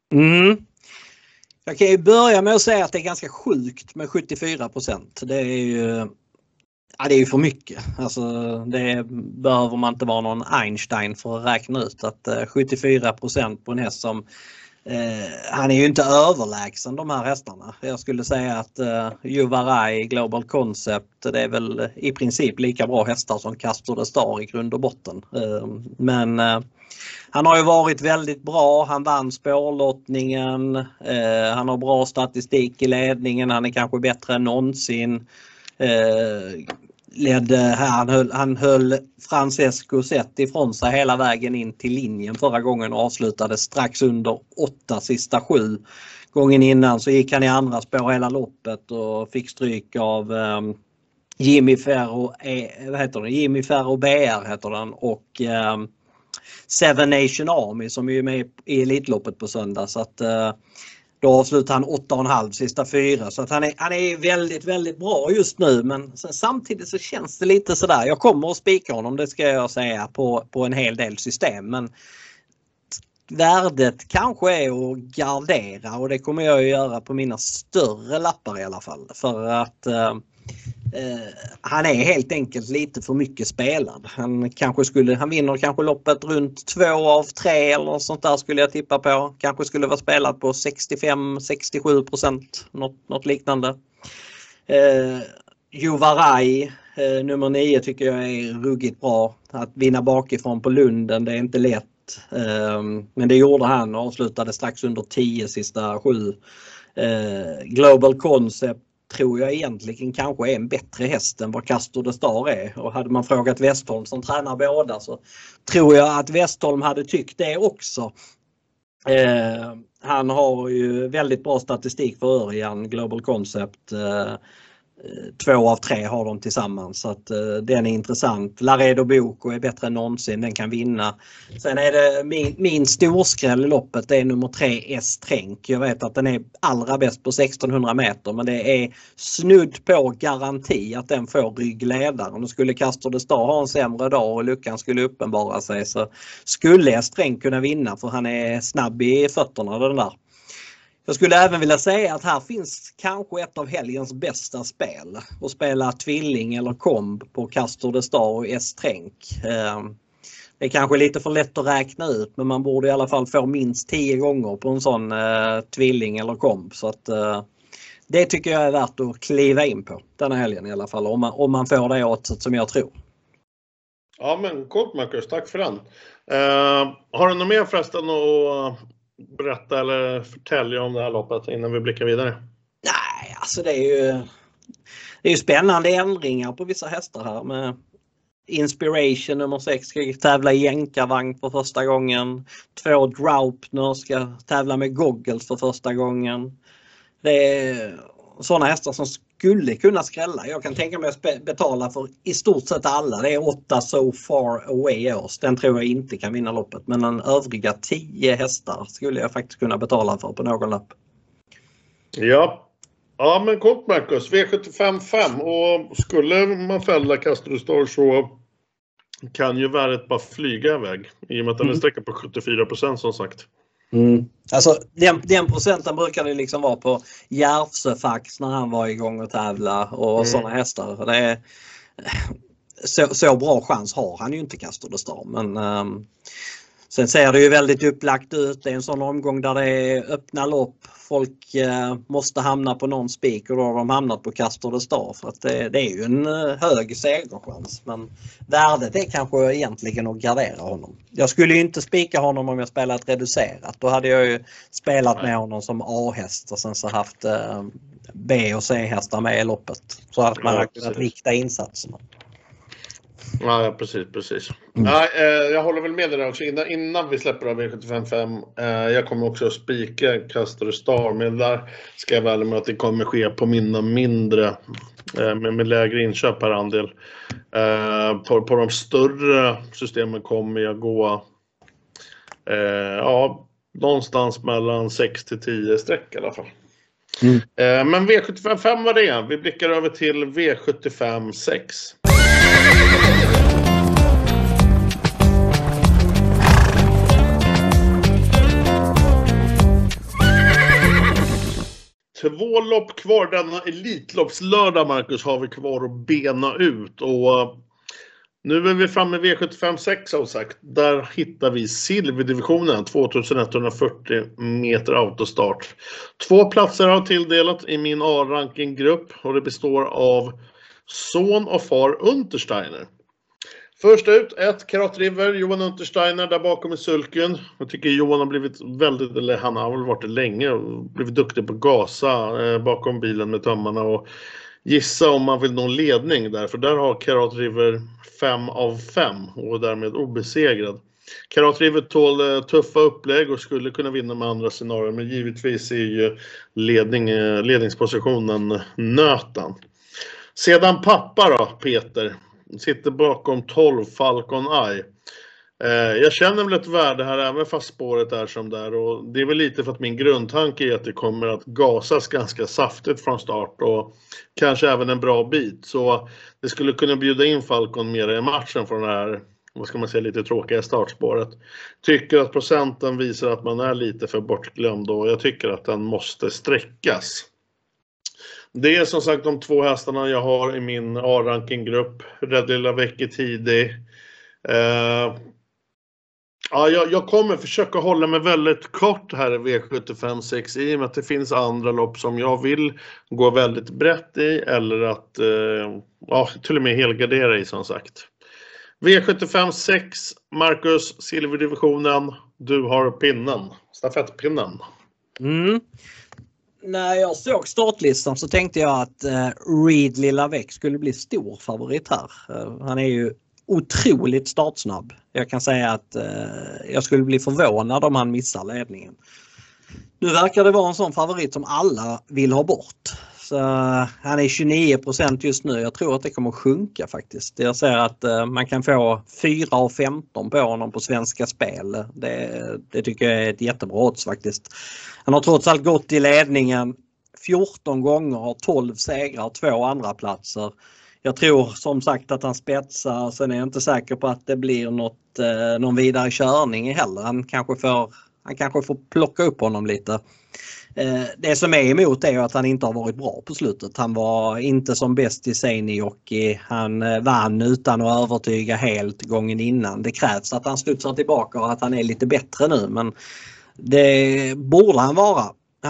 Jag kan ju börja med att säga att det är ganska sjukt med 74%. Det är ju för mycket. Alltså, det behöver man inte vara någon Einstein för att räkna ut att 74% på en häst som han är ju inte överlägsen de här hästarna. Jag skulle säga att Juvarai, Global Concept, det är väl i princip lika bra hästar som Castor Star i grund och botten. Men han har ju varit väldigt bra. Han vann spårlottningen. Han har bra statistik i ledningen. Han är kanske bättre än någonsin. Han höll Francesco Zeta ifrån sig hela vägen in till linjen förra gången och avslutade strax under 8 sista 7. gången innan så gick han i andra spår hela loppet och fick stryk av Jimmy Ferro BR heter den, och Seven Nation Army som är med i Elitloppet på söndag, så att då avslutar han 8,5 sista 4, så att han är väldigt, väldigt bra just nu, men samtidigt så känns det lite sådär. Jag kommer att spika honom, det ska jag säga, på en hel del system, men värdet kanske är att gardera, och det kommer jag att göra på mina större lappar i alla fall, för att han är helt enkelt lite för mycket spelad. Han vinner kanske loppet runt 2 av 3 eller något sånt där skulle jag tippa på. Kanske skulle vara spelad på 65-67%, något liknande. Juvarai, nummer 9, tycker jag är ruggigt bra. Att vinna bakifrån på Lunden, det är inte lätt. Men det gjorde han och avslutade strax under 10 sista 7. Global Concept tror jag egentligen kanske är en bättre häst än vad Castor de Star är. Och hade man frågat Westholm som tränar båda, så tror jag att Westholm hade tyckt det också. Han har ju väldigt bra statistik för Örjan, Global Concept. 2 av 3 har de tillsammans, så att den är intressant. Laredo Boko är bättre än någonsin, den kan vinna. Sen är det min storskräll i loppet, det är nummer 3 S-Tränk. Jag vet att den är allra bäst på 1600 meter, men det är snudd på garanti att den får ryggledaren. Och skulle Castor de Star ha en sämre dag och luckan skulle uppenbara sig, så skulle S-Tränk kunna vinna, för han är snabb i fötterna, den där. Jag skulle även vilja säga att här finns kanske ett av helgens bästa spel. Att spela tvilling eller komb på Castor de Star och S-Tränk. Det är kanske lite för lätt att räkna ut, men man borde i alla fall få minst 10 gånger på en sån tvilling eller komb. Så att det tycker jag är värt att kliva in på denna helgen i alla fall. Om man får det åt som jag tror. Ja, men kort Marcus, tack för den. Har du något mer förresten att berätta eller förtälja om det här loppet innan vi blickar vidare? Nej, alltså det är ju spännande ändringar på vissa hästar här. Med Inspiration nummer 6 ska tävla i jänkarvagn för första gången. 2 Draupner ska tävla med goggles för första gången. Det är sådana hästar som skulle kunna skrälla. Jag kan tänka mig att betala för i stort sett alla. Det är 8 So Far Away Ours. Den tror jag inte kan vinna loppet. Men den övriga 10 hästar skulle jag faktiskt kunna betala för på någon lapp. Ja, men kort Marcus. V75-5. Och skulle man fälla Castor de Star så kan ju värdet bara flyga iväg. I och med att den är sträckad på 74% som sagt. Alltså den procenten brukar det liksom vara på Järvsöfax när han var igång och tävla och sådana hästar. Det är, så bra chans har han ju inte, Castor de Star, men sen ser det ju väldigt upplagt ut. Det är en sån omgång där det är öppna lopp. Folk måste hamna på någon spik, och då har de hamnat på Castor de Star, för att det är ju en hög segerchans. Men värdet är kanske egentligen att gardera honom. Jag skulle ju inte spika honom om jag spelat reducerat. Då hade jag ju spelat med honom som A-häst och sen så haft B- och C-hästar med i loppet. Så att man har kunnat rikta insatserna. Ja, precis. Jag håller väl med dig också. Innan vi släpper av V75-5, jag kommer också att spika Castor de Star, men där ska jag väl med att det kommer ske på mina mindre, med lägre inköp per andel. På de större systemen kommer jag gå någonstans mellan 6-10 streck i alla fall. Men V75-5 var det. Vi blickar över till V75-6. Två lopp kvar denna Elitloppslördag, Marcus, har vi kvar att bena ut. Och nu är vi framme vid V75-6 som sagt. Där hittar vi silverdivisionen, 2140 meter autostart. 2 platser har tilldelat i min A-rankinggrupp och det består av son och far Untersteiner. Först ut, 1 Karat River, Johan Untersteiner där bakom i sulken. Jag tycker Johan har blivit han har väl varit det länge och blivit duktig på gasa bakom bilen med tömmarna och gissa om man vill nå ledning där. För där har Karat River 5 av 5 och därmed obesegrad. Karat River tål tuffa upplägg och skulle kunna vinna med andra scenarier, men givetvis är ju ledningspositionen nöten. Sedan pappa då, Peter, sitter bakom 12 Falcon Eye. Jag känner väl ett värde här även fast spåret är som där, och det är väl lite för att min grundtanke är att det kommer att gasas ganska saftigt från start och kanske även en bra bit, så det skulle kunna bjuda in Falcon mer i matchen från det här, vad ska man säga, lite tråkiga startspåret. Tycker att procenten visar att man är lite för bortglömd och jag tycker att den måste sträckas. Det är som sagt de 2 hästarna jag har i min A-rankinggrupp. Red Lilla Vecchi tidig. Ja, jag kommer försöka hålla mig väldigt kort här i V75-6 i och med att det finns andra lopp som jag vill gå väldigt brett i eller att till och med helgardera i som sagt. V75-6, Marcus, silverdivisionen, du har pinnen, stafettpinnen. När jag såg startlistan så tänkte jag att Reed Lilla Vecchi skulle bli stor favorit här. Han är ju otroligt startsnabb. Jag kan säga att jag skulle bli förvånad om han missar ledningen. Nu verkar det vara en sån favorit som alla vill ha bort. Så han är 29% just nu. Jag tror att det kommer att sjunka faktiskt. Jag ser att man kan få 4,15 på honom på Svenska Spel. Det tycker jag är ett jättebra odds faktiskt. Han har trots allt gått i ledningen 14 gånger, har 12 segrar och 2 andra platser. Jag tror som sagt att han spetsar, sen är jag inte säker på att det blir någon vidare körning heller. Han kanske får plocka upp honom lite. Det som är emot är att han inte har varit bra på slutet. Han var inte som bäst i Seinäjoki. Han vann utan att övertyga helt gången innan. Det krävs att han studsar tillbaka och att han är lite bättre nu, men det borde han vara.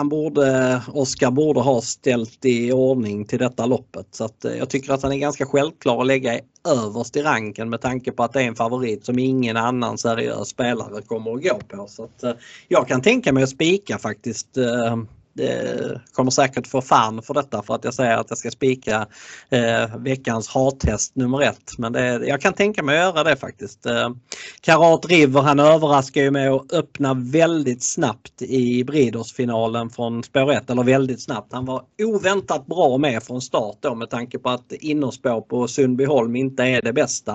Oskar borde ha ställt i ordning till detta loppet, så att jag tycker att han är ganska självklar att lägga överst i ranken med tanke på att det är en favorit som ingen annan seriös spelare kommer att gå på. Så att jag kan tänka mig att spika faktiskt. Det kommer säkert få fan för detta för att jag säger att jag ska spika veckans hattest nummer 1. Men jag kan tänka mig att göra det faktiskt. Karat River, han överraskar ju med att öppna väldigt snabbt i Breeders-finalen från spår 1. Eller väldigt snabbt. Han var oväntat bra med från start då, med tanke på att innerspår på Sundbyholm inte är det bästa.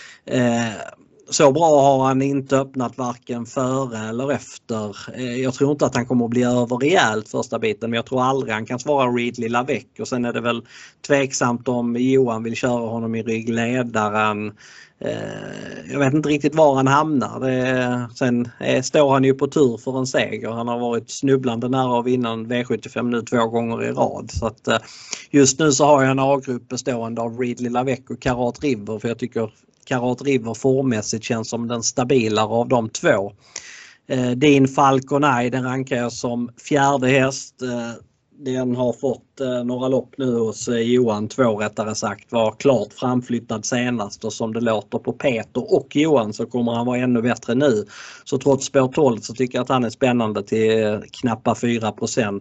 Så bra har han inte öppnat varken före eller efter. Jag tror inte att han kommer att bli över rejält första biten, men jag tror aldrig han kan svara Reed Lilla Vecchi. Och sen är det väl tveksamt om Johan vill köra honom i ryggledaren. Jag vet inte riktigt var han hamnar. Sen står han ju på tur för en seger. Han har varit snubblande nära att vinna en V75 nu 2 gånger i rad. Så att just nu så har jag en A-grupp bestående av Reed Lilla Vecchi och Karat River, för jag tycker Karat River formmässigt känns som den stabilare av de 2. Din Falcon Eye, den rankar jag som 4:e häst. Den har fått några lopp nu hos Johan, 2 rättare sagt, var klart framflyttad senast, och som det låter på Peter och Johan så kommer han vara ännu bättre nu. Så trots spår 12 så tycker jag att han är spännande till knappa 4%.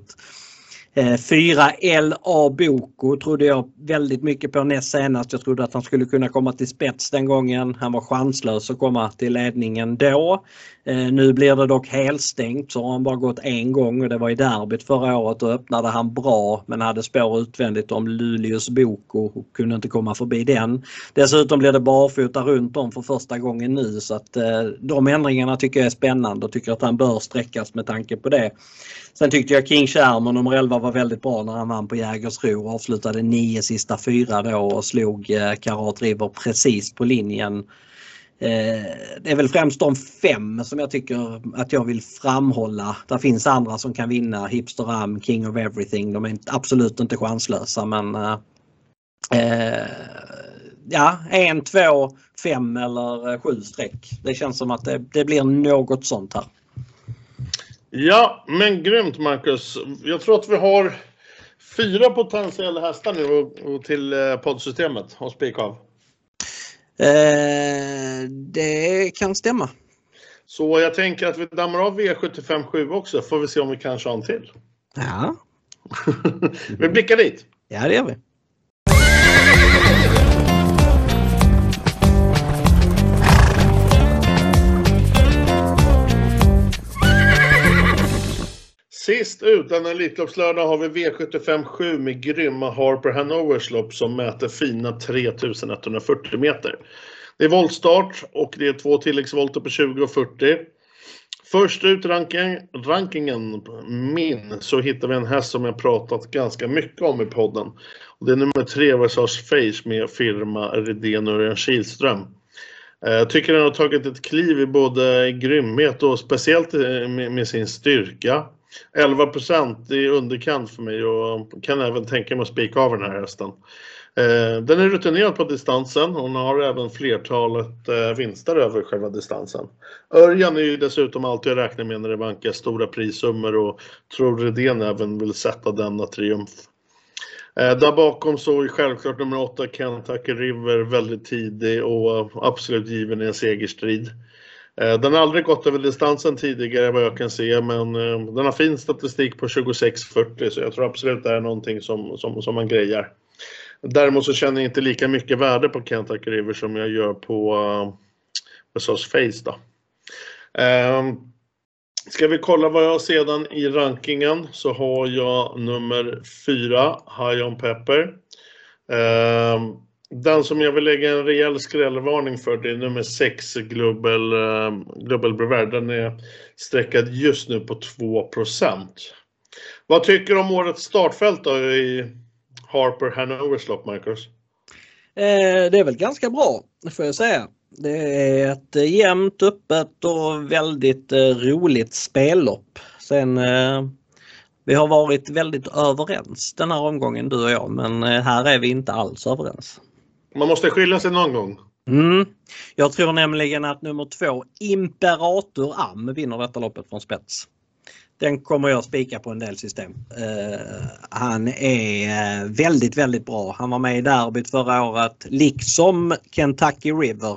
4 LA Boko trodde jag väldigt mycket på näst senast. Jag trodde att han skulle kunna komma till spets den gången. Han var chanslös att komma till ledningen då. Nu blir det dock helstängt, så har han bara gått en gång och det var i derbyt förra året och öppnade han bra men hade spår utvändigt om Luleås Boko och kunde inte komma förbi den. Dessutom blir det barfota runt om för första gången nu, så att de ändringarna tycker jag är spännande och tycker att han bör sträckas med tanke på det. Sen tyckte jag King Sherman nummer 11 var väldigt bra när han vann på Jägersro och avslutade 9 sista 4 då och slog Karat River precis på linjen. Det är väl främst de 5 som jag tycker att jag vill framhålla. Det finns andra som kan vinna, Hipster Ram, King of Everything. De är absolut inte chanslösa, men 1, 2, 5 eller 7 streck. Det känns som att det blir något sånt här. Ja, men grymt Marcus. Jag tror att vi har 4 potentiella hästar nu och till poddsystemet hos Spikav. Det kan stämma. Så jag tänker att vi dammar av V75-7 också. Får vi se om vi kanske har en till. Ja. Vi blickar dit. Ja, det gör vi. Sist ut denna Elitloppslördag har vi V75-7 med grymma Harper Hanovers lopp som mäter fina 3140 meter. Det är voltstart och det är 2 tilläggsvolter på 20 och 40. Först ut rankingen min så hittar vi en häst som jag pratat ganska mycket om i podden. Och det är nummer 3 Versace Face med firma Redén och Örjan Kihlström. Jag tycker den har tagit ett kliv i både grymhet och speciellt med sin styrka. 11% i underkant för mig och kan även tänka mig att spika av den här hästen. Den är rutinerad på distansen. Hon har även flertalet vinster över själva distansen. Örjan är ju dessutom alltid att räkna med när det vankas stora prissummor och tror Redén även vill sätta denna triumf. Där bakom så är självklart nummer 8 Kentucky River väldigt tidig och absolut given i en segerstrid. Den har aldrig gått över distansen tidigare vad jag kan se, men den har fin statistik på 26,40 så jag tror absolut det är någonting som man grejar. Däremot så känner jag inte lika mycket värde på Kentucky River som jag gör på Versace Face då. Ska vi kolla vad jag har sedan i rankingen så har jag nummer 4 High on Pepper. Den som jag vill lägga en rejäl skrällvarning för det är nummer 6 Global Brewer. Den är sträckad just nu på 2%. Vad tycker du om årets startfält då i Harper Hanovers lopp, Marcus? Det är väl ganska bra, får jag säga. Det är ett jämnt, öppet och väldigt roligt spellopp. Sen vi har varit väldigt överens den här omgången, du och jag, men här är vi inte alls överens. Man måste skilja sig någon gång. Jag tror nämligen att nummer 2 Imperator Am vinner detta loppet från spets. Den kommer jag spika på en del system. Han är väldigt, väldigt bra. Han var med i derbyt förra året. Liksom Kentucky River.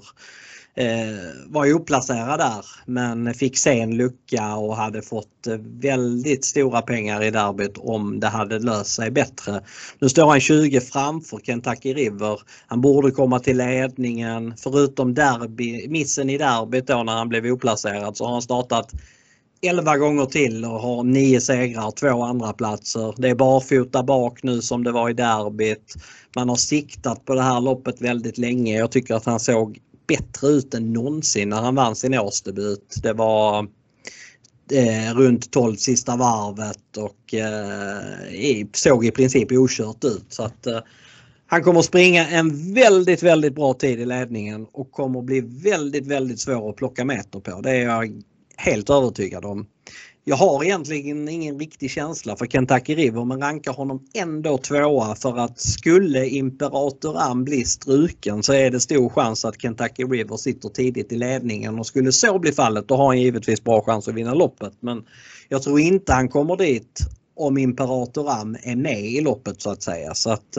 Var ju uppplacerad där. Men fick se en lucka och hade fått väldigt stora pengar i derbyt om det hade löst sig bättre. Nu står han 20 framför Kentucky River. Han borde komma till ledningen. Förutom missen i derbyt då när han blev uppplacerad så har han startat 11 gånger till och har 9 segrar, 2 andra platser. Det är barfota bak nu som det var i derbyt. Man har siktat på det här loppet väldigt länge. Jag tycker att han såg bättre ut än någonsin när han vann sin årsdebut. Det var runt 12 sista varvet och såg i princip okört ut. Så att han kommer springa en väldigt, väldigt bra tid i ledningen och kommer bli väldigt, väldigt svår att plocka meter på. Det är jag helt övertygad om. Jag har egentligen ingen riktig känsla för Kentucky River men rankar honom ändå 2 för att skulle Imperator Am bli struken så är det stor chans att Kentucky River sitter tidigt i ledningen och skulle så bli fallet då har han givetvis bra chans att vinna loppet men jag tror inte han kommer dit om Imperator Am är med i loppet så att säga så att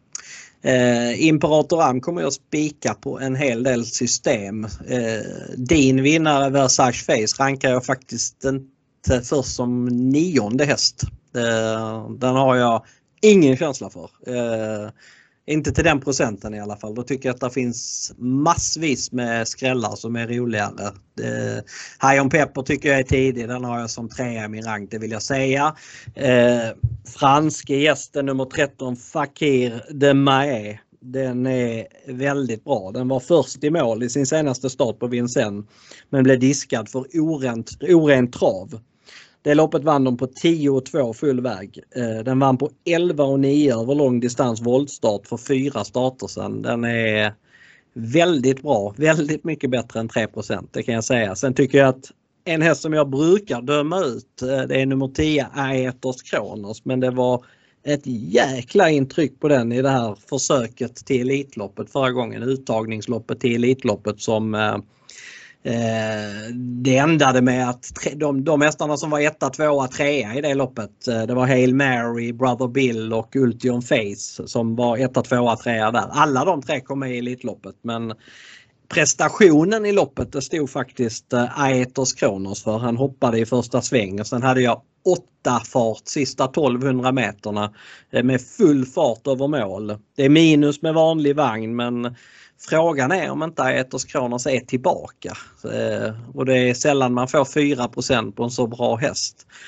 Imperator Am kommer jag spika på en hel del system. Din vinnare Versace Face rankar jag faktiskt inte först som 9:e häst. Den har jag ingen känsla för. Inte till den procenten i alla fall. Då tycker jag att det finns massvis med skrällar som är roligare. High on Pepper tycker jag är tidig. Den har jag som 3 i min rank, det vill jag säga. Franske gästen nummer 13 Fakir de Mae. Den är väldigt bra. Den var först i mål i sin senaste start på Vincennes. Men blev diskad för orent trav. Det loppet vann de på 10,2 full väg. Den vann på 11,9 över lång distans voltstart för 4 starter sedan. Den är väldigt bra. Väldigt mycket bättre än 3%, det kan jag säga. Sen tycker jag att en häst som jag brukar döma ut, det är nummer 10 Aetos Kronos. Men det var ett jäkla intryck på den i det här försöket till Elitloppet förra gången. Uttagningsloppet till Elitloppet som det ändade med att de hästarna som var 1, 2, 3 i det loppet. Det var Hail Mary, Brother Bill och Ultion Face som var 1, 2, 3 där. Alla de 3 kom med i Elitloppet men prestationen i loppet det stod faktiskt Aetos Kronos för. Han hoppade i första sväng och sen hade jag 8 fart sista 1200 meterna med full fart över mål. Det är minus med vanlig vagn men frågan är om inte Aetos Kronos är tillbaka. Och det är sällan man får 4% på en så bra häst.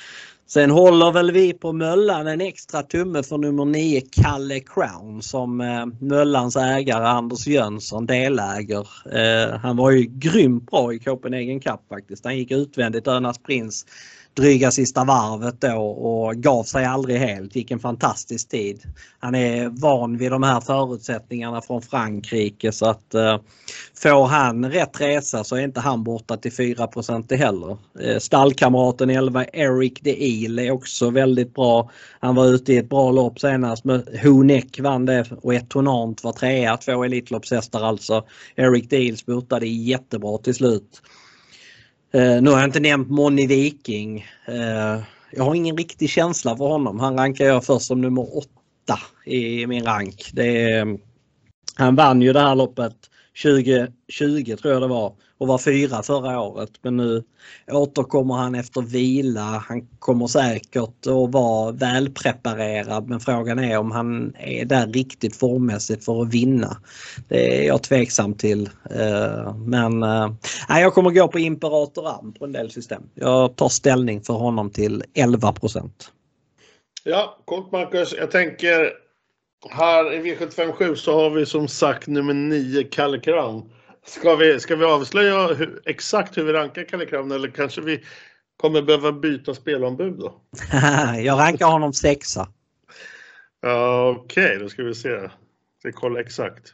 Sen håller väl vi på Möllan en extra tumme för nummer 9 Kalle Crown som Möllans ägare Anders Jönsson deläger. Han var ju grymt bra i Copenhagen Cup faktiskt. Han gick utvändigt Önas Prins dryga sista varvet då och gav sig aldrig helt. Gick en fantastisk tid. Han är van vid de här förutsättningarna från Frankrike så att får han rätt resa så är inte han borta till 4% heller. Stallkamraten 11 Eric de Il är också väldigt bra. Han var ute i ett bra lopp senast med Honeck vann det och ett Tonant var trea, 2 Elitloppshästar alltså. Eric de Il spurtade jättebra till slut. Nu har jag inte nämnt Moni Viking. Jag har ingen riktig känsla för honom. Han rankar jag först som nummer 8 i min rank. Han vann ju det här loppet 2020 tror jag det var och var 4 förra året. Men nu återkommer han efter vila. Han kommer säkert att vara välpreparerad men frågan är om han är där riktigt formmässigt för att vinna. Det är jag tveksam till. Men jag kommer gå på Imperator Am på en del system. Jag tar ställning för honom till 11%. Ja, kort Marcus. Jag tänker här i V75-7 så har vi som sagt nummer 9 Kalle Crown. Ska vi avslöja exakt hur vi rankar Kalle Crown eller kanske vi kommer behöva byta spelombud då? Jag rankar honom 6. Okej, då ska vi se. Vi kollar exakt.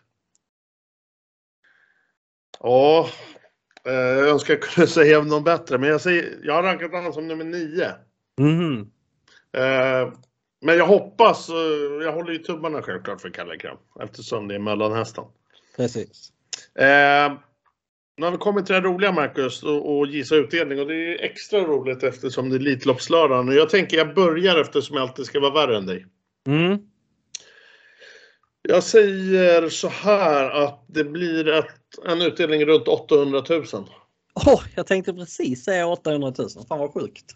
Ja, jag önskar jag kunde säga något bättre men jag har rankat honom som nummer 9. Mm. Men jag hoppas, jag håller ju tummarna självklart för Kalle Crown eftersom det är mellanhästen. Precis. Nu har vi kommit till det roliga Marcus och gissa utdelning och det är extra roligt eftersom det är Elitloppslördagen. Och jag tänker jag börjar eftersom jag alltid ska vara värre än dig. Mm. Jag säger så här att det blir en utdelning runt 800 000. Jag tänkte precis säga 800 000. Fan vad sjukt.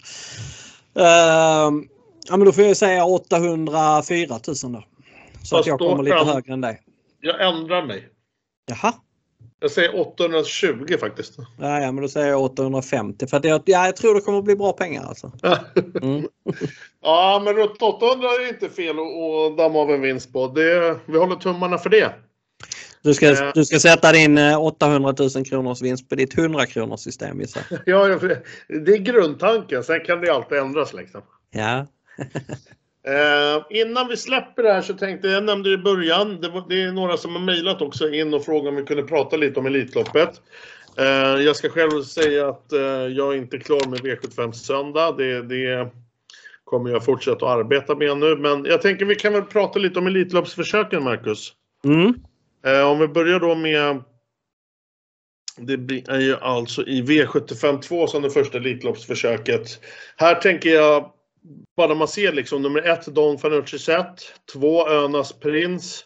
Ja men då får jag säga 804 000 då. Så att jag kommer lite högre än dig. Jag ändrar mig. Jaha. Jag säger 820 faktiskt. Ja men då säger jag 850 för att jag tror det kommer bli bra pengar alltså. Mm. Ja men runt 800 är inte fel att damma av en vinst på. Vi håller tummarna för det. Du ska sätta din 800 000 kronors vinst på ditt 100 kronors system. Ja, det är grundtanken. Sen kan det alltid ändras liksom. Ja. Innan vi släpper det här så tänkte jag nämnde i början. Det är några som har mejlat också in och frågat om vi kunde prata lite om Elitloppet. Jag ska själv säga att jag är inte klar med V75 söndag. Det kommer jag fortsätta att arbeta med nu. Men jag tänker vi kan väl prata lite om Elitloppsförsöken Marcus. Mm. Om vi börjar då med, det är ju alltså i V75-2 som det första Elitloppsförsöket. Här tänker jag, bara man ser liksom nummer 1 Don Fanucci Set, 2 Önas Prins.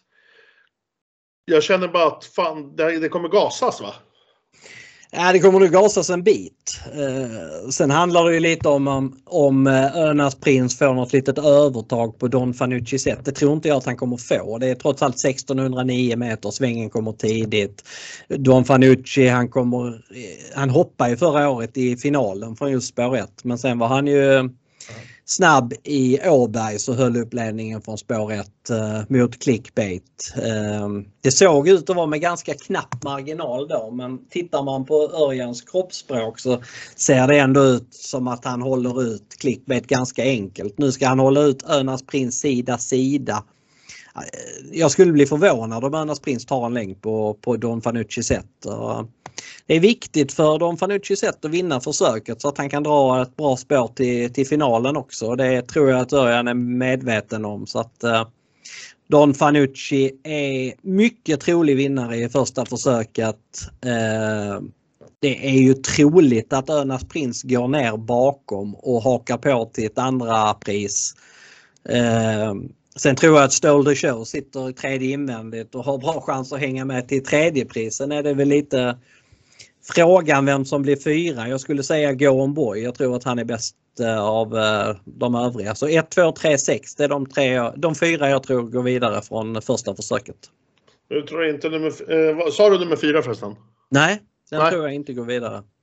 Jag känner bara att fan, det kommer gasas va? Ja, det kommer nog gasas en bit. Sen handlar det ju lite om Önas Prins får något litet övertag på Don Fanucci Set. Det tror inte jag att han kommer få. Det är trots allt 1609 meter. Svängen kommer tidigt. Don Fanucci han hoppade ju förra året i finalen från just spår 1. Men sen var han ju snabb i Åberg så höll uppledningen från spår 1 mot Clickbait. Det såg ut att vara med ganska knapp marginal då men tittar man på Örjans kroppsspråk så ser det ändå ut som att han håller ut Clickbait ganska enkelt. Nu ska han hålla ut Önas Prins sida. Jag skulle bli förvånad om Önas Prins tar en längd på Don Fanucci Set. Det är viktigt för Don Fanucci Set att vinna försöket så att han kan dra ett bra spår till finalen också. Det tror jag att Örjan är medveten om. Så att Don Fanucci är mycket trolig vinnare i första försöket. Det är ju troligt att Önas Prins går ner bakom och hakar på till ett andra pris. Sen tror jag att Stole the Show sitter i tredje invändigt och har bra chans att hänga med till tredje prisen. Är det väl lite frågan vem som blir 4. Jag skulle säga Go On Boy. Jag tror att han är bäst av de övriga. Så 1, 2, 3, 6. Det är de 4 jag tror går vidare från första försöket. Du tror inte sa du nummer 4 förresten? Nej, den tror jag inte går vidare.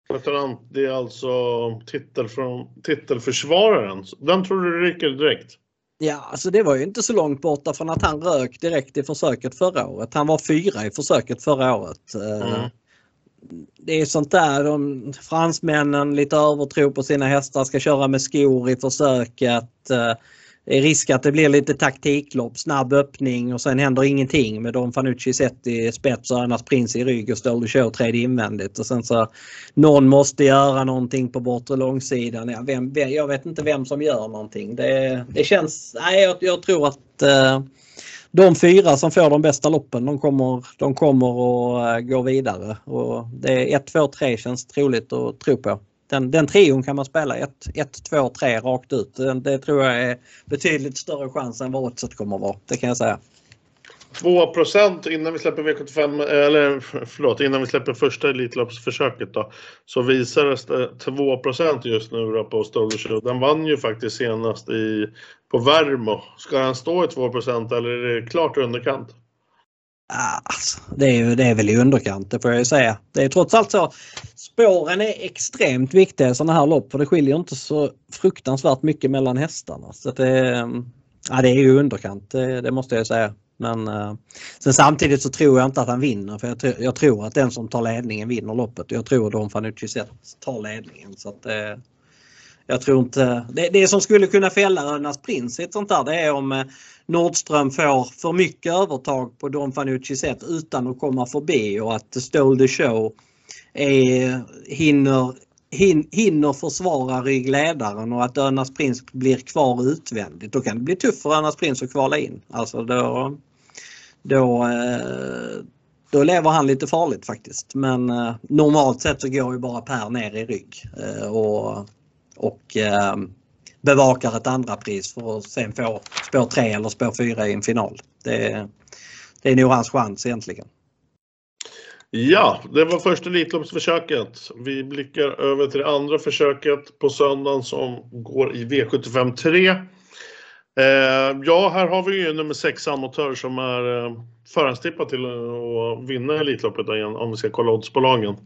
Det är alltså titelförsvararen. Den tror du ryker direkt? Ja, alltså det var ju inte så långt borta från att han rök direkt i försöket förra året. Han var 4 i försöket förra året. Det är sånt där, fransmännen lite övertro på sina hästar, ska köra med skor i försöket. Det är risk att det blir lite taktiklopp, snabb öppning och sen händer ingenting med Don Fanucci sett i spets och Önas Prins i rygg och Stolder Show tredje invändigt. Och sen så någon måste göra någonting på bortre långsidan. Jag vet inte vem som gör någonting. Det känns, nej, jag tror att de 4 som får de bästa loppen, de kommer att gå vidare. Och det är 1, 2, 3 känns troligt att tro på. Den trion kan man spela 1, 2, 3 rakt ut. Det tror jag är betydligt större chans än vad oddset kommer att vara. Det kan jag säga. 2% innan vi släpper V75, eller innan vi släpper första Elitloppsförsöket då, så visades det 2% just nu då på Stolder Show. Den vann ju faktiskt senast på Värmo. Ska den stå i 2% eller är det klart underkant? Alltså, det är väl i underkant, det får jag ju säga. Det är trots allt så, spåren är extremt viktiga i sådana här lopp, för det skiljer inte så fruktansvärt mycket mellan hästarna. Så att det är ju underkant, det måste jag säga. Men sen samtidigt så tror jag inte att han vinner, för jag tror att den som tar ledningen vinner loppet. Jag tror att Don Fanucci tar ledningen, så att jag tror inte det som skulle kunna fälla Önas Prins i ett sånt där, det är om Nordström får för mycket övertag på Don Fanucci sätt utan att komma förbi, och att Stolder Show hinner försvara ryggledaren och att Önas Prins blir kvar utvändigt. Då kan det bli tufft för Önas Prins att kvala in. Alltså då lever han lite farligt faktiskt. Men normalt sett så går ju bara Per ner i rygg och bevakar ett andra pris för att sen få spår 3 eller spår 4 i en final. Det är nog hans chans egentligen. Ja, det var första Elitloppsförsöket. Vi blickar över till det andra försöket på söndagen som går i V75 3. Här har vi ju nummer 6 Amatör som är förhandstippad till att vinna Elitloppet igen, om vi ska kolla oddsbolagen.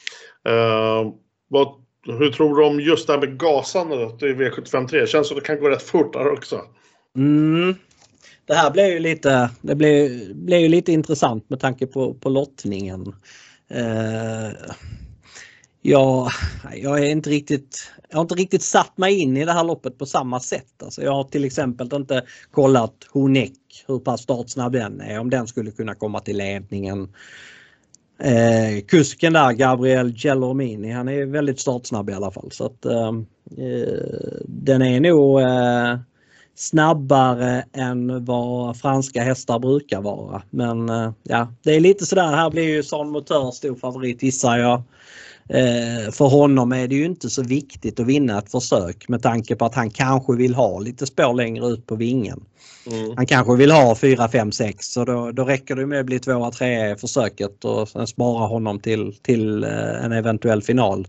Hur tror du om just det här med gasandet i V75 3? Känns som att det kan gå rätt fort där också. Det här blev ju lite intressant med tanke på lottningen. Jag har inte riktigt satt mig in i det här loppet på samma sätt. Alltså jag har till exempel inte kollat Honeck, hur pass startsnabb den är, om den skulle kunna komma till ledningen. Kusken där, Gabriel Gelormini, han är väldigt startsnabb i alla fall. Så att den är nog snabbare än vad franska hästar brukar vara. Men det är lite sådär, här blir ju San Motör stor favorit gissar jag. För honom är det ju inte så viktigt att vinna ett försök med tanke på att han kanske vill ha lite spår längre ut på vingen. Han kanske vill ha 4, 5, 6, så då räcker det med att bli 2, 3 i försöket och sen spara honom till en eventuell final.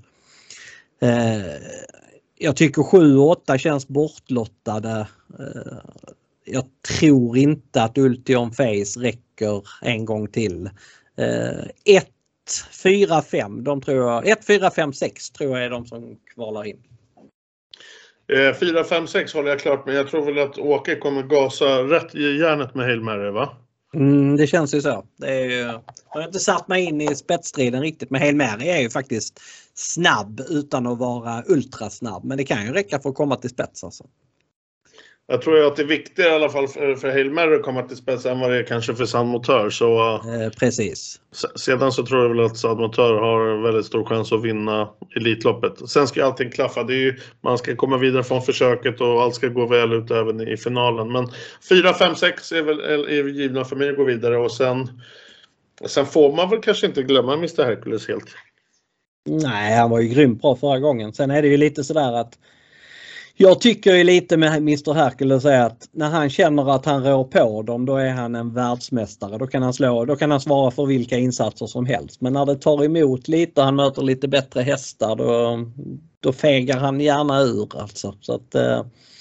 Jag tycker 7 och 8 känns bortlottade. Jag tror inte att Ultion Face räcker en gång till. 1, 4, 5, de tror jag. 1, 4, 5, 6 tror jag är de som kvalar in. 4, 5, 6 håller jag klart med. Jag tror väl att Åke kommer gasa rätt i järnet med Hail Mary, va? Det känns ju så. Jag har inte satt mig in i spetsstriden riktigt, men Hail Mary är ju faktiskt snabb utan att vara ultrasnabb. Men det kan ju räcka för att komma till spets alltså. Jag tror att det är viktigare i alla fall för Hail Mary att komma till spets än vad det är kanske för San Motör. Så, precis. Sedan så tror jag väl att San Motör har väldigt stor chans att vinna Elitloppet. Sen ska allting klaffa. Det är ju, man ska komma vidare från försöket och allt ska gå väl ut även i finalen. Men 4, 5, 6 är givna för mig att gå vidare. Och sen får man väl kanske inte glömma Mr. Hercules helt. Nej, han var ju grymt bra förra gången. Sen är det ju lite sådär att jag tycker ju lite med Mr. Hercules är att när han känner att han rår på dem, då är han en världsmästare. Då kan han svara för vilka insatser som helst. Men när det tar emot lite och han möter lite bättre hästar, då fegar han gärna ur alltså. Så att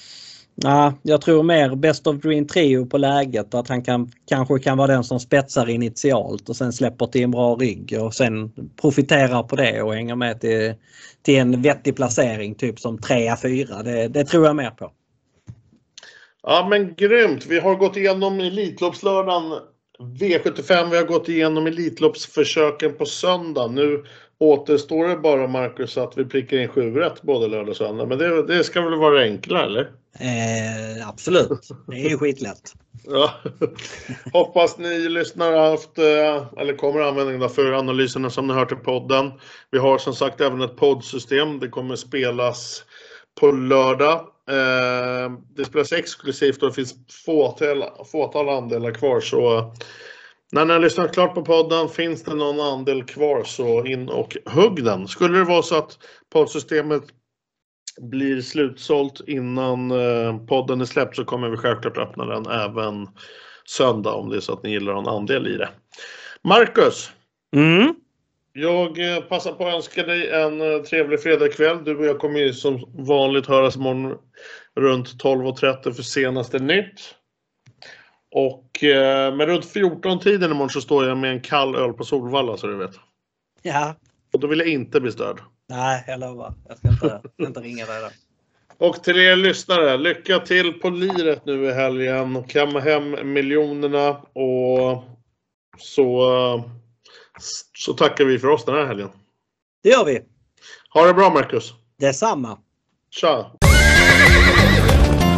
Ja, jag tror mer best of dream trio på läget, att han kanske kan vara den som spetsar initialt och sen släpper till en bra rygg och sen profiterar på det och hänger med till en vettig placering typ som 3-4. Det tror jag mer på. Ja, men grymt. Vi har gått igenom Elitloppslördagen V75. Vi har gått igenom Elitloppsförsöken på söndag. Nu återstår det bara, Marcus, att vi prickar in 7 rätt både lördag och söndag. Men det ska väl vara enklare, eller? Absolut. Det är ju skitlätt. Ja. Hoppas ni lyssnar haft eller kommer användning för analyserna som ni hört i podden. Vi har som sagt även ett poddsystem. Det kommer spelas på lördag. Det spelas exklusivt och det finns fåtal andelar kvar. Så när ni har lyssnat klart på podden, finns det någon andel kvar, så in och hugg den. Skulle det vara så att poddsystemet blir slutsålt innan podden är släppt, så kommer vi självklart öppna den även söndag om det är så att ni gillar en andel i det. Marcus, jag passar på att önska dig en trevlig fredagkväll. Du och jag kommer ju som vanligt höras imorgon runt 12:30 för senaste nytt. Och med runt 14-tiden imorgon så står jag med en kall öl på Solvalla, så du vet. Ja. Och då vill jag inte bli störd. Nej, jag lovar. Jag ska inte ringa dig där. Och till er lyssnare, lycka till på liret nu i helgen. Kamma hem miljonerna och så tackar vi för oss den här helgen. Det gör vi. Ha det bra, Marcus. Detsamma. Tja.